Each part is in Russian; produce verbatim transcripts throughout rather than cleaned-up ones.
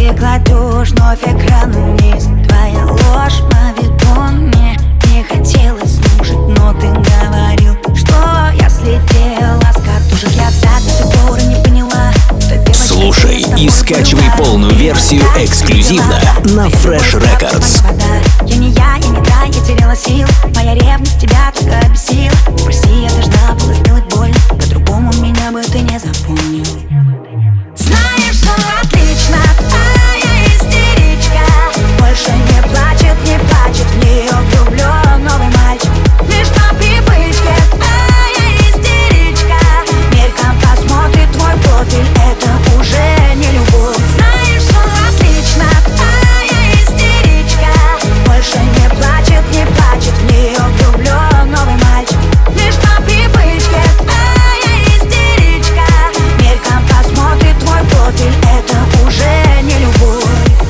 ты кладешь вновь экран вниз. Твоя ложь мавитон, мне не хотелось слушать, но ты говорил, что я слетела с катушек. Я так до сих пор не поняла. Слушай и скачивай полную версию эксклюзивно на Fresh Records. Я не я, я не та, я теряла сил. Моя ревность тебя только бесила. Прости, я должна была сделать боль. По-другому меня бы ты не запомнил. Знаешь, что отлично, твоя истеричка больше не плачет, не плачет, в нее влюблен новый мальчик. Лишь по привычке твоя истеричка мельком посмотрит твой профиль, это уже не любовь. Знаешь, что отлично, твоя истеричка больше не плачет, не плачет, в нее влюблен новый мальчик. Лишь по привычке твоя истеричка мельком посмотрит твой профиль, это уже не любовь.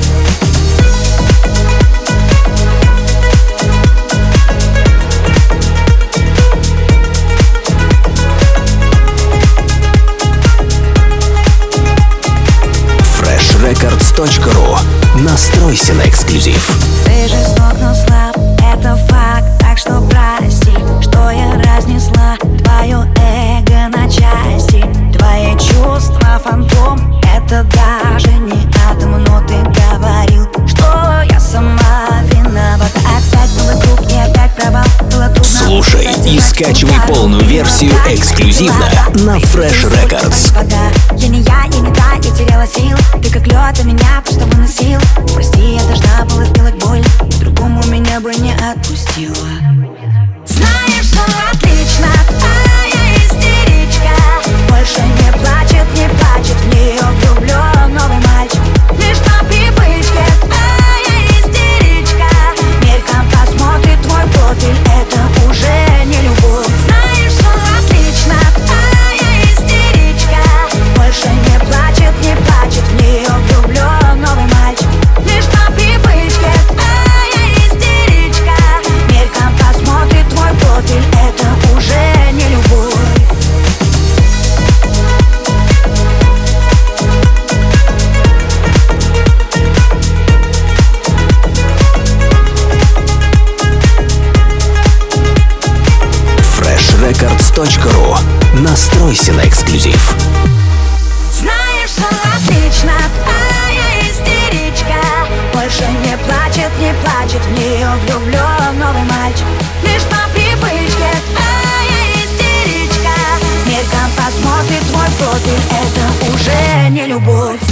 фреш рекордс точка ру. Настройся на эксклюзив. Ты жесток, но слаб, это факт, так что прости, что я разнесла твое эго на части. Твои чувства фантом, это даже не атом, но ты говорил, что я сама виновата. Опять новый круг и опять провал. Было трудно. Слушай и скачивай полную версию эксклюзивно на Fresh Records. Я не я, я не та, я теряла сил. Ты как лед, а меня просто выносил. Прости, я должна была сделать боль. Другому меня бы не отпустила. Знаешь, что отлично, твоя истеричка больше не плачет, не плачет, в нее влюблен новый мальчик. Лишь по привычке твоя истеричка мельком посмотрит твой профиль, это уже не любовь. Знаешь, что отлично, твоя истеричка больше не плачет, не плачет, в нее влюблен новый мальчик. Лишь по привычке твоя истеричка мельком посмотрит твой профиль, это уже не любовь. фреш рекордс точка ру. Настройся на эксклюзив. Знаешь, что отлично, твоя истеричка больше не плачет, не плачет, в нее влюблен новый мальчик. Лишь по привычке твоя истеричка мельком посмотрит твой профиль, это уже не любовь.